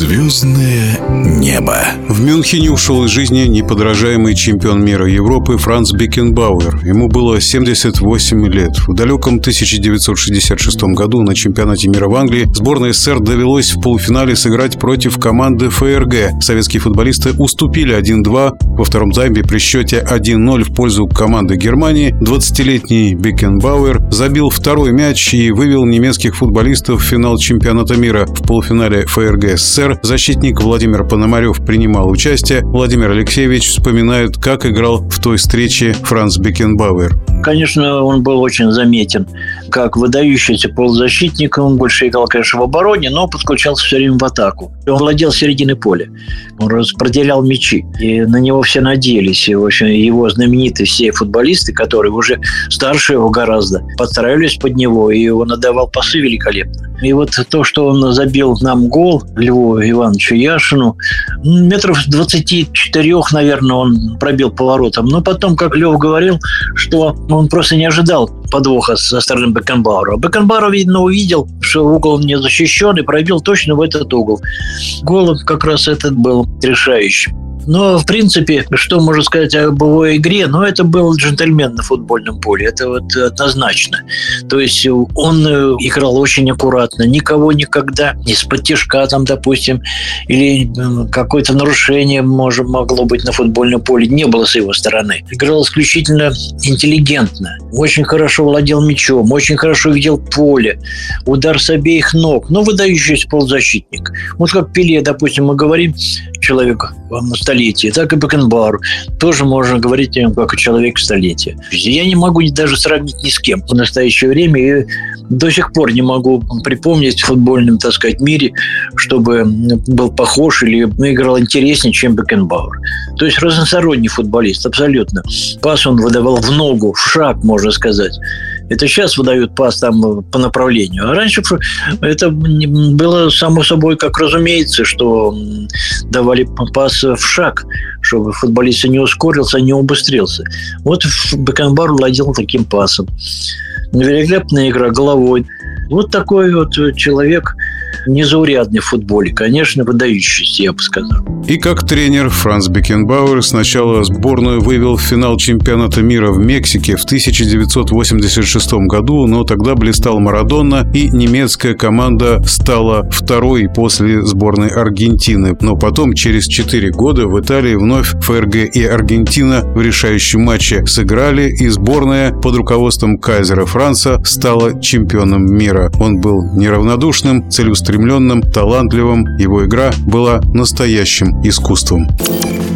Звездное небо. В Мюнхене ушел из жизни неподражаемый чемпион мира Европы Франц Бекенбауэр. Ему было 78 лет. В далеком 1966 году на чемпионате мира в Англии сборной СССР довелось в полуфинале сыграть против команды ФРГ. Советские футболисты уступили 1-2. Во втором тайме при счете 1-0 в пользу команды Германии 20-летний Бекенбауэр забил второй мяч и вывел немецких футболистов в финал чемпионата мира. В полуфинале ФРГ СССР защитник Владимир Пономарев принимал участие. Владимир Алексеевич вспоминает, как играл в той встрече Франц Бекенбауэр. Конечно, он был очень заметен как выдающийся полузащитник. Он больше играл, конечно, в обороне, но подключался все время в атаку. Он владел серединой поля. Он распределял мячи. И на него все надеялись. И, в общем, его знаменитые все футболисты, которые уже старше его гораздо, подстраивались под него, и он отдавал пасы великолепно. И вот то, что он забил нам гол Льву Ивановичу Яшину, метров 24, наверное, он пробил поворотом. Но потом, как Лев говорил, что он просто не ожидал подвоха со стороны Бекенбауэра. Бекенбауэр, видно, увидел, что угол не защищен, и пробил точно в этот угол. Гол как раз этот был решающим. Но, в принципе, что можно сказать о боевой игре? Ну, это был джентльмен на футбольном поле. Это вот однозначно. То есть он играл очень аккуратно. Никого никогда из-под тишка, там, допустим, или какое-то нарушение могло быть на футбольном поле. Не было с его стороны. Играл исключительно интеллигентно. Очень хорошо владел мячом. Очень хорошо видел поле. Удар с обеих ног. Ну, выдающийся полузащитник. Вот как Пеле, допустим, мы говорим, человек столетия, так и Бекенбауэр. Тоже можно говорить о нем как о человеке столетия. Я не могу даже сравнить ни с кем в настоящее время, и до сих пор не могу припомнить в футбольном, так сказать, мире, чтобы был похож или играл интереснее, чем Бекенбауэр. То есть разносторонний футболист, абсолютно. Пас он выдавал в ногу, в шаг, можно сказать. Это сейчас выдают пас там по направлению. А раньше это было само собой, как разумеется, что давали пас в шаг, чтобы футболист не ускорился, не убыстрился. Вот Бекенбауэр владел таким пасом. Великолепная игра головой. Вот такой вот человек незаурядный в футболе. Конечно, выдающийся, я бы сказал. И как тренер Франц Бекенбауэр сначала сборную вывел в финал чемпионата мира в Мексике в 1986 году, но тогда блистал Марадона, и немецкая команда стала второй после сборной Аргентины. Но потом, через 4 года, в Италии вновь ФРГ и Аргентина в решающем матче сыграли, и сборная под руководством кайзера Франца стала чемпионом мира. Он был неравнодушным, целеустремленным, талантливым. Его игра была настоящим искусством.